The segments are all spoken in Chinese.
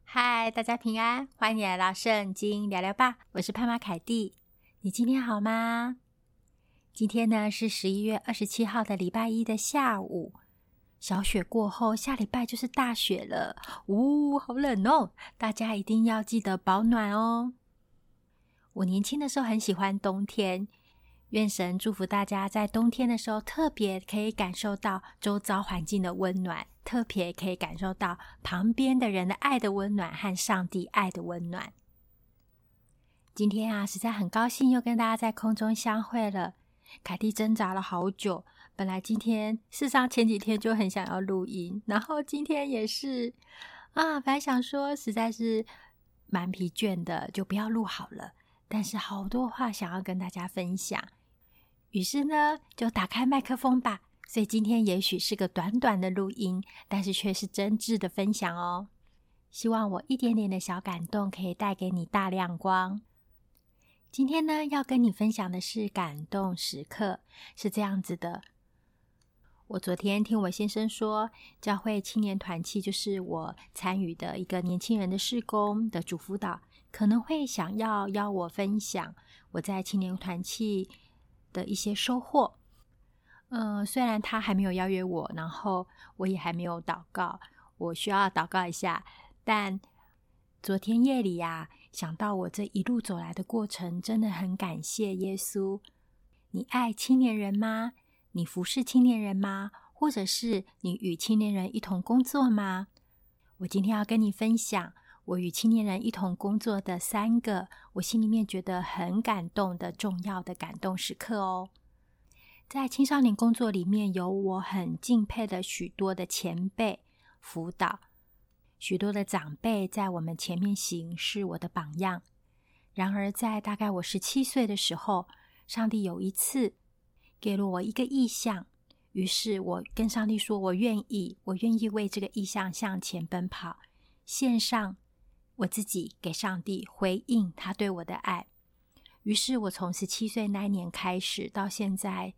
嗨，大家平安，欢迎你来到圣经聊聊吧，我是潘妈凯蒂。你今天好吗？今天呢是11月27号的礼拜一的下午，小雪过后，下礼拜就是大雪了，好冷哦，大家一定要记得保暖哦。我年轻的时候很喜欢冬天，愿神祝福大家在冬天的时候特别可以感受到周遭环境的温暖，特别可以感受到旁边的人的爱的温暖和上帝爱的温暖。今天啊，实在很高兴又跟大家在空中相会了。凯蒂挣扎了好久，本来事实上前几天就很想要录音，然后今天也是本来想说实在是蛮疲倦的，就不要录好了，但是好多话想要跟大家分享，于是呢就打开麦克风吧。所以今天也许是个短短的录音，但是却是真挚的分享哦。希望我一点点的小感动可以带给你大亮光。今天呢要跟你分享的是感动时刻，是这样子的。我昨天听我先生说，教会青年团契就是我参与的一个年轻人的事工的主辅导，可能会想要邀我分享我在青年团契的一些收获。虽然他还没有邀约我，然后我也还没有祷告，我需要祷告一下，但昨天夜里想到我这一路走来的过程，真的很感谢耶稣。你爱青年人吗？你服侍青年人吗？或者是你与青年人一同工作吗？我今天要跟你分享我与青年人一同工作的3个我心里面觉得很感动的重要的感动时刻哦。在青少年工作里面，有我很敬佩的许多的前辈辅导，许多的长辈在我们前面行，是我的榜样。然而在大概我17岁的时候，上帝有一次给了我一个意向，于是我跟上帝说，我愿意为这个意向向前奔跑，献上我自己给上帝，回应他对我的爱。于是我从17岁那一年开始，到现在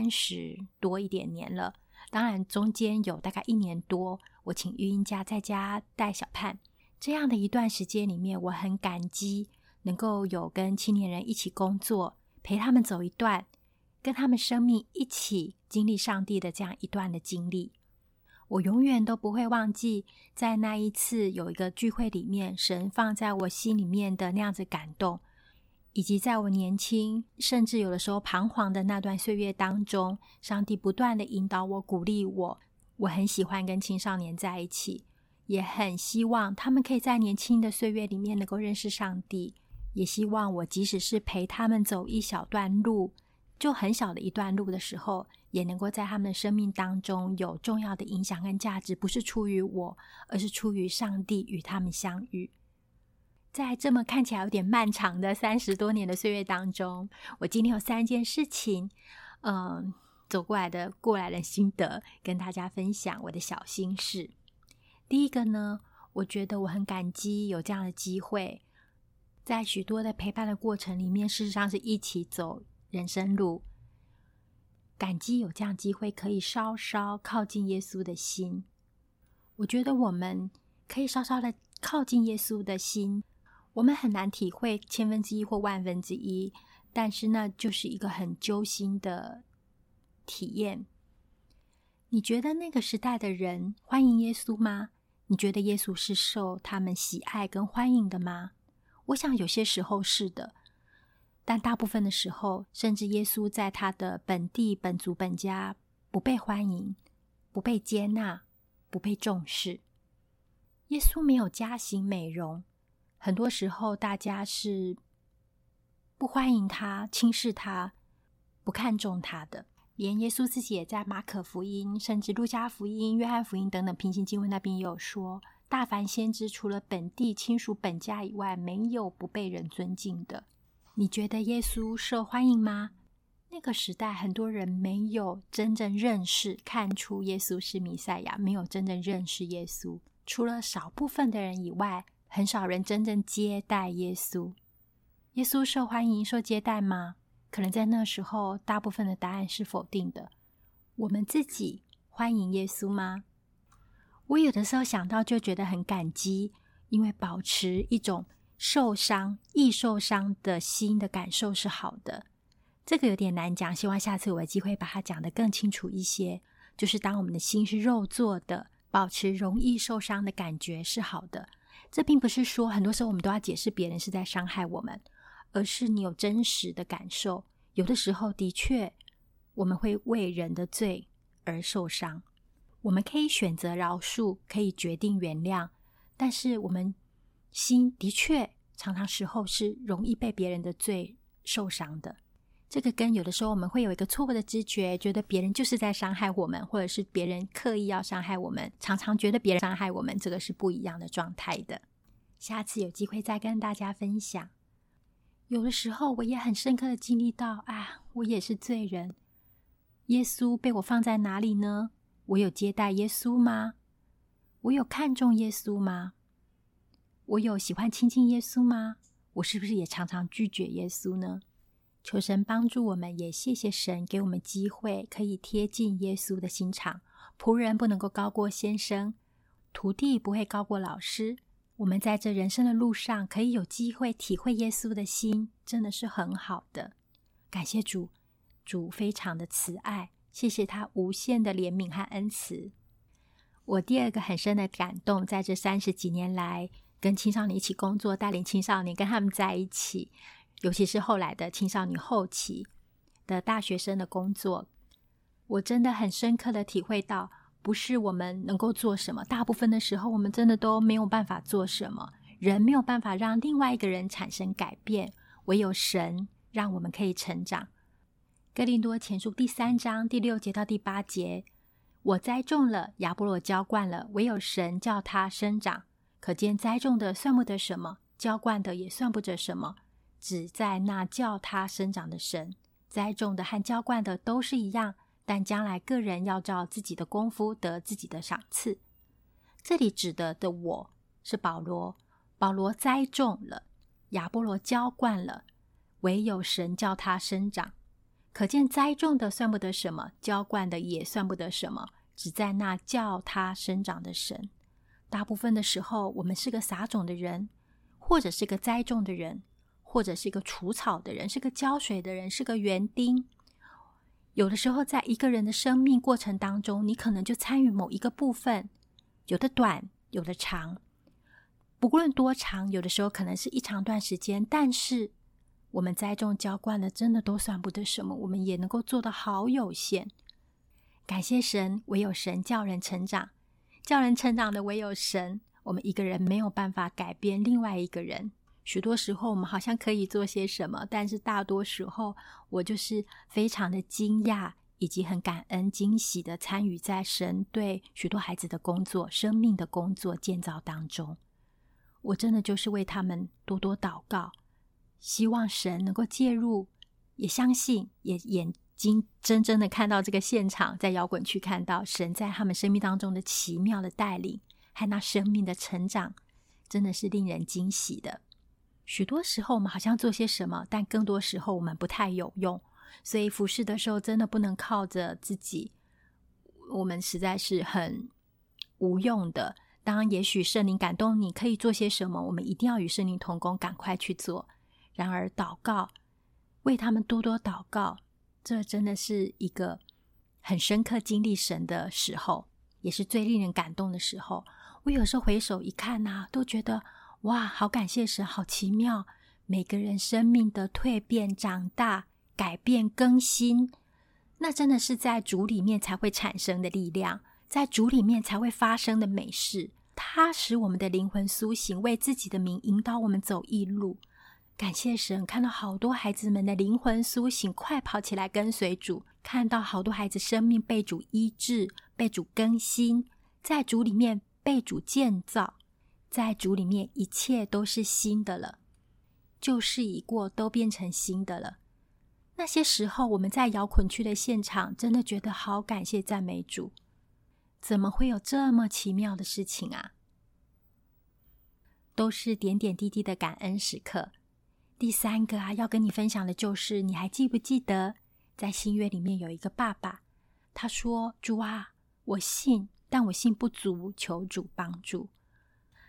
30多一点年了，当然中间有大概1年多我请育婴假在家带小盼，这样的一段时间里面，我很感激能够有跟青年人一起工作，陪他们走一段，跟他们生命一起经历上帝的这样一段的经历。我永远都不会忘记在那一次有一个聚会里面，神放在我心里面的那样子感动，以及在我年轻甚至有的时候彷徨的那段岁月当中，上帝不断的引导我，鼓励我。我很喜欢跟青少年在一起，也很希望他们可以在年轻的岁月里面能够认识上帝，也希望我即使是陪他们走一小段路，就很小的一段路的时候，也能够在他们的生命当中有重要的影响跟价值，不是出于我，而是出于上帝与他们相遇。在这么看起来有点漫长的30多年的岁月当中，我今天有3件事情走过来的心得，跟大家分享我的小心事。第一个呢，我觉得我很感激有这样的机会，在许多的陪伴的过程里面，事实上是一起走人生路，感激有这样机会可以稍稍靠近耶稣的心。我觉得我们可以稍稍的靠近耶稣的心，我们很难体会1/1000或1/1000，但是那就是一个很揪心的体验。你觉得那个时代的人欢迎耶稣吗？你觉得耶稣是受他们喜爱跟欢迎的吗？我想有些时候是的，但大部分的时候，甚至耶稣在他的本地本族本家不被欢迎，不被接纳，不被重视。耶稣没有加行美容，很多时候大家是不欢迎他，轻视他，不看重他的。连耶稣自己也在马可福音，甚至路加福音、约翰福音等等平行经文那边也有说，大凡先知除了本地亲属本家以外，没有不被人尊敬的。你觉得耶稣受欢迎吗？那个时代很多人没有真正认识看出耶稣是弥赛亚，没有真正认识耶稣，除了少部分的人以外，很少人真正接待耶稣。耶稣受欢迎受接待吗？可能在那时候大部分的答案是否定的。我们自己欢迎耶稣吗？我有的时候想到就觉得很感激， 因为保持一种受伤、易受伤的心的感受是好的。这个有点难讲，希望下次我有机会把它讲得更清楚一些。就是当我们的心是肉做的，保持容易受伤的感觉是好的。这并不是说很多时候我们都要解释别人是在伤害我们，而是你有真实的感受。有的时候的确我们会为人的罪而受伤，我们可以选择饶恕，可以决定原谅，但是我们心的确常常时候是容易被别人的罪受伤的。这个跟有的时候我们会有一个错误的知觉，觉得别人就是在伤害我们，或者是别人刻意要伤害我们，常常觉得别人伤害我们，这个是不一样的状态的。下次有机会再跟大家分享。有的时候我也很深刻的经历到我也是罪人，耶稣被我放在哪里呢？我有接待耶稣吗？我有看重耶稣吗？我有喜欢亲近耶稣吗？我是不是也常常拒绝耶稣呢？求神帮助我们，也谢谢神给我们机会可以贴近耶稣的心肠。仆人不能够高过先生，徒弟不会高过老师。我们在这人生的路上可以有机会体会耶稣的心，真的是很好的。感谢主，主非常的慈爱，谢谢他无限的怜悯和恩慈。我第二个很深的感动，在这30几年来跟青少年一起工作，带领青少年跟他们在一起，尤其是后来的青少年后期的大学生的工作，我真的很深刻的体会到，不是我们能够做什么，大部分的时候我们真的都没有办法做什么，人没有办法让另外一个人产生改变，唯有神让我们可以成长。哥林多前书第3章第6节到第8节，我栽种了，亚波罗浇灌了，唯有神叫它生长。可见栽种的算不得什么，浇灌的也算不得什么，只在那叫它生长的神。栽种的和浇灌的都是一样，但将来个人要照自己的功夫得自己的赏赐。这里指的我是保罗，保罗栽种了，亚波罗浇灌了，唯有神叫它生长。可见栽种的算不得什么，浇灌的也算不得什么，只在那叫它生长的神。大部分的时候，我们是个撒种的人，或者是个栽种的人，或者是个除草的人，是个浇水的人，是个园丁。有的时候在一个人的生命过程当中，你可能就参与某一个部分，有的短，有的长，不论多长，有的时候可能是一长段时间，但是我们栽种浇灌的真的都算不得什么，我们也能够做得好有限。感谢神，唯有神叫人成长，叫人成长的唯有神。我们一个人没有办法改变另外一个人，许多时候我们好像可以做些什么，但是大多时候我就是非常的惊讶以及很感恩惊喜的参与在神对许多孩子的工作、生命的工作建造当中。我真的就是为他们多多祷告，希望神能够介入，也相信，也眼睛真正的看到这个现场，在摇滚区看到神在他们生命当中的奇妙的带领和那生命的成长，真的是令人惊喜的。许多时候我们好像做些什么，但更多时候我们不太有用，所以服侍的时候真的不能靠着自己，我们实在是很无用的。当然也许圣灵感动你可以做些什么，我们一定要与圣灵同工，赶快去做。然而祷告，为他们多多祷告，这真的是一个很深刻经历神的时候，也是最令人感动的时候。我有时候回首一看都觉得哇，好感谢神，好奇妙，每个人生命的蜕变、长大、改变、更新，那真的是在主里面才会产生的力量，在主里面才会发生的美事。它使我们的灵魂苏醒，为自己的名引导我们走义路。感谢神，看到好多孩子们的灵魂苏醒，快跑起来跟随主，看到好多孩子生命被主医治，被主更新，在主里面被主建造，在主里面一切都是新的了，旧事已过，都变成新的了。那些时候我们在摇滚区的现场，真的觉得好感谢赞美主，怎么会有这么奇妙的事情啊？都是点点滴滴的感恩时刻。第3个要跟你分享的就是，你还记不记得在新约里面有一个爸爸，他说，主啊，我信，但我信不足，求主帮助。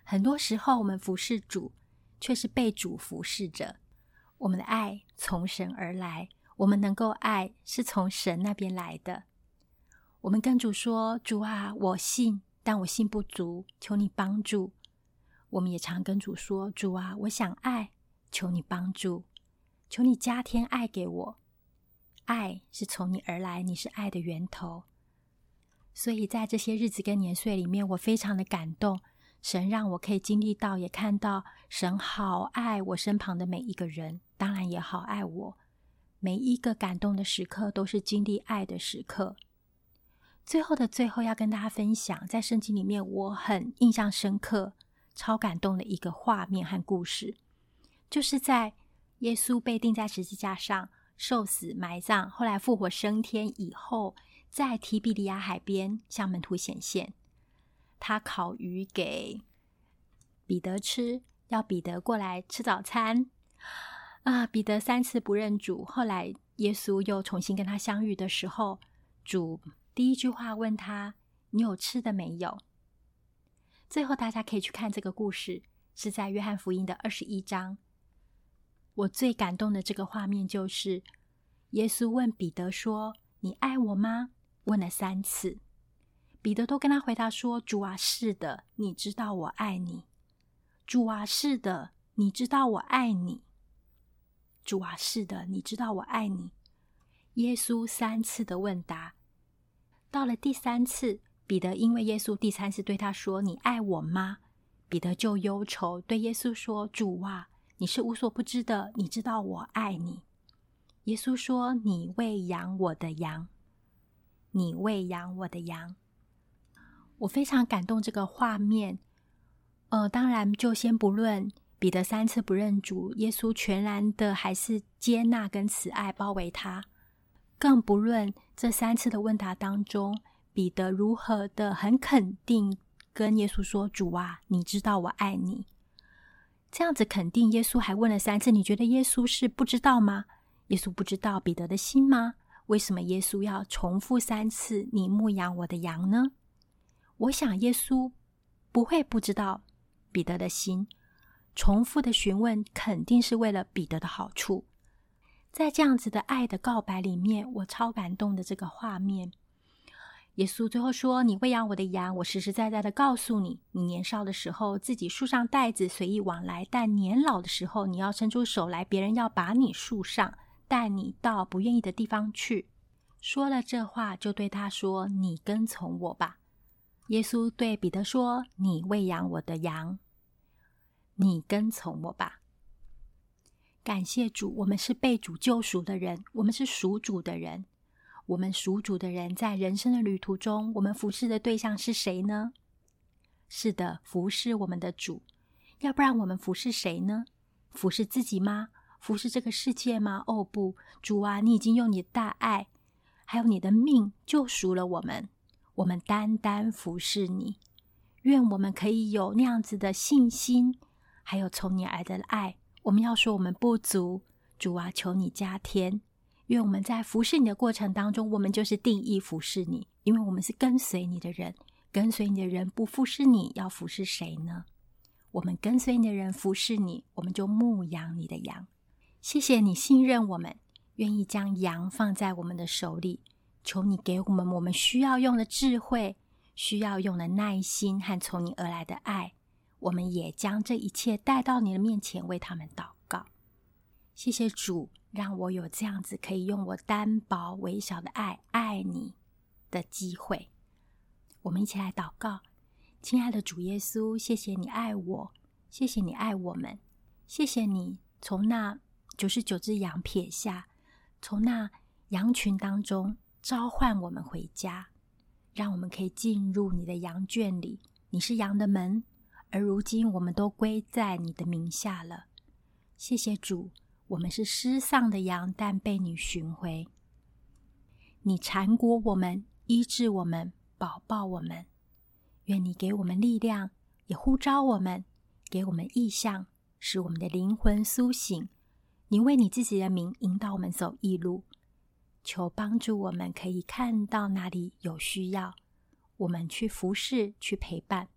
很多时候我们服侍主，却是被主服侍着。我们的爱从神而来，我们能够爱是从神那边来的。我们跟主说，主啊，我信，但我信不足，求你帮助。我们也常跟主说，主啊，我想爱，求你帮助，求你加添爱给我。爱是从你而来，你是爱的源头。所以在这些日子跟年岁里面，我非常的感动，神让我可以经历到，也看到神好爱我身旁的每一个人，当然也好爱我。每一个感动的时刻都是经历爱的时刻。最后的最后，要跟大家分享，在圣经里面我很印象深刻、超感动的一个画面和故事，就是在耶稣被钉在十字架上，受死埋葬，后来复活升天以后，在提比利亚海边向门徒显现。他烤鱼给彼得吃，要彼得过来吃早餐。彼得3次不认主，后来耶稣又重新跟他相遇的时候，主第一句话问他，你有吃的没有？最后大家可以去看这个故事，是在约翰福音的21章。我最感动的这个画面就是耶稣问彼得说，你爱我吗？问了3次，彼得都跟他回答说，主啊，是的，你知道我爱你。主啊，是的，你知道我爱你。主啊，是的，你知道我爱你。耶稣3次的问答，到了第3次，彼得因为耶稣第3次对他说，你爱我吗？彼得就忧愁，对耶稣说，主啊，你是无所不知的，你知道我爱你。耶稣说，你喂养我的羊，你喂养我的羊。我非常感动这个画面。当然就先不论彼得3次不认主，耶稣全然的还是接纳跟慈爱包围他，更不论这3次的问答当中，彼得如何的很肯定跟耶稣说，主啊，你知道我爱你。这样子肯定，耶稣还问了3次，你觉得耶稣是不知道吗？耶稣不知道彼得的心吗？为什么耶稣要重复3次，你牧养我的羊呢？我想耶稣不会不知道彼得的心，重复的询问肯定是为了彼得的好处。在这样子的爱的告白里面，我超感动的这个画面。耶稣最后说，你喂养我的羊，我实实在在的告诉你，你年少的时候自己束上带子随意往来，但年老的时候你要伸出手来，别人要把你束上，带你到不愿意的地方去。说了这话，就对他说，你跟从我吧。耶稣对彼得说，你喂养我的羊，你跟从我吧。感谢主，我们是被主救赎的人，我们是属主的人。我们属主的人在人生的旅途中，我们服侍的对象是谁呢？是的，服侍我们的主。要不然我们服侍谁呢？服侍自己吗？服侍这个世界吗？哦不，主啊，你已经用你的大爱还有你的命救赎了我们，我们单单服侍你。愿我们可以有那样子的信心，还有从你而来的爱。我们要说我们不足，主啊，求你加添。愿我们在服侍你的过程当中，我们就是定义服侍你，因为我们是跟随你的人。跟随你的人不服侍你，要服侍谁呢？我们跟随你的人服侍你，我们就牧养你的羊。谢谢你信任我们，愿意将羊放在我们的手里。求你给我们我们需要用的智慧，需要用的耐心和从你而来的爱。我们也将这一切带到你的面前，为他们祷告。谢谢主，让我有这样子可以用我单薄微小的爱爱你的机会。我们一起来祷告。亲爱的主耶稣，谢谢你爱我，谢谢你爱我们，谢谢你从那99只羊撇下，从那羊群当中召唤我们回家，让我们可以进入你的羊圈里。你是羊的门，而如今我们都归在你的名下了。谢谢主，我们是失丧的羊，但被你寻回。你缠裹我们，医治我们，保抱我们。愿你给我们力量，也呼召我们，给我们意象，使我们的灵魂苏醒。你为你自己的名引导我们走义路，求帮助我们可以看到哪里有需要，我们去服侍，去陪伴。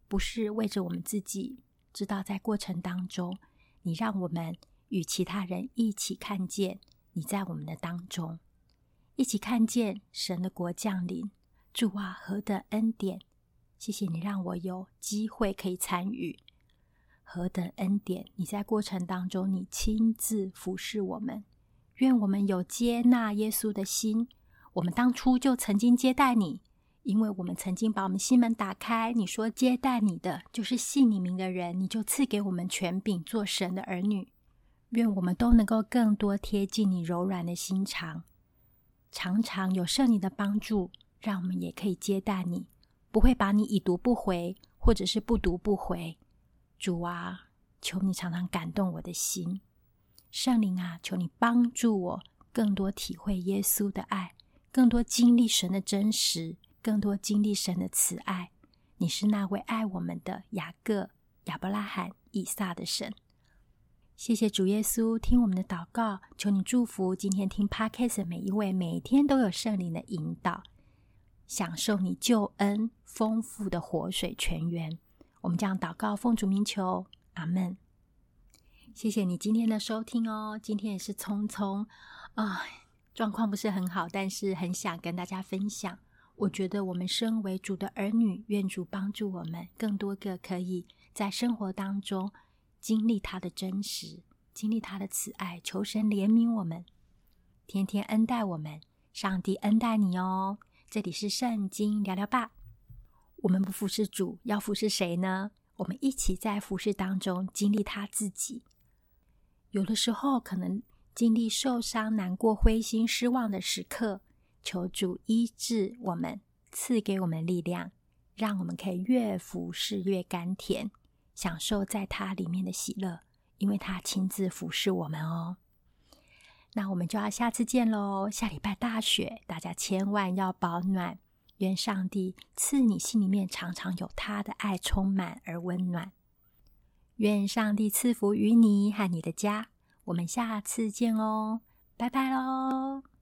不是为着我们自己，知道在过程当中，你让我们与其他人一起看见你在我们的当中，一起看见神的国降临。主啊，何等恩典！谢谢你让我有机会可以参与，何等恩典！你在过程当中，你亲自服侍我们。愿我们有接纳耶稣的心，我们当初就曾经接待你，因为我们曾经把我们心门打开，你说接待你的就是信你名的人，你就赐给我们权柄做神的儿女。愿我们都能够更多贴近你柔软的心肠，常常有圣灵的帮助，让我们也可以接待你，不会把你已读不回，或者是不读不回。主啊，求你常常感动我的心。圣灵啊，求你帮助我更多体会耶稣的爱，更多经历神的真实，更多经历神的慈爱。你是那位爱我们的雅各、亚伯拉罕、以撒的神。谢谢主耶稣，听我们的祷告，求你祝福今天听 Podcast 的每一位，每天都有圣灵的引导，享受你救恩丰富的活水泉源。我们将祷告奉主名求，阿们。谢谢你今天的收听哦，今天也是匆匆状况不是很好，但是很想跟大家分享。我觉得我们身为主的儿女，愿主帮助我们更多个可以在生活当中经历他的真实，经历他的慈爱，求神怜悯我们，天天恩待我们。上帝恩待你哦。这里是圣经聊聊吧。我们不服侍主，要服侍谁呢？我们一起在服侍当中经历他自己。有的时候可能经历受伤、难过、灰心、失望的时刻，求主医治我们，赐给我们力量，让我们可以越服侍越甘甜，享受在他里面的喜乐，因为他亲自服侍我们哦。那我们就要下次见咯，下礼拜大雪，大家千万要保暖。愿上帝赐你心里面常常有他的爱充满而温暖。愿上帝赐福于你和你的家。我们下次见哦，拜拜咯。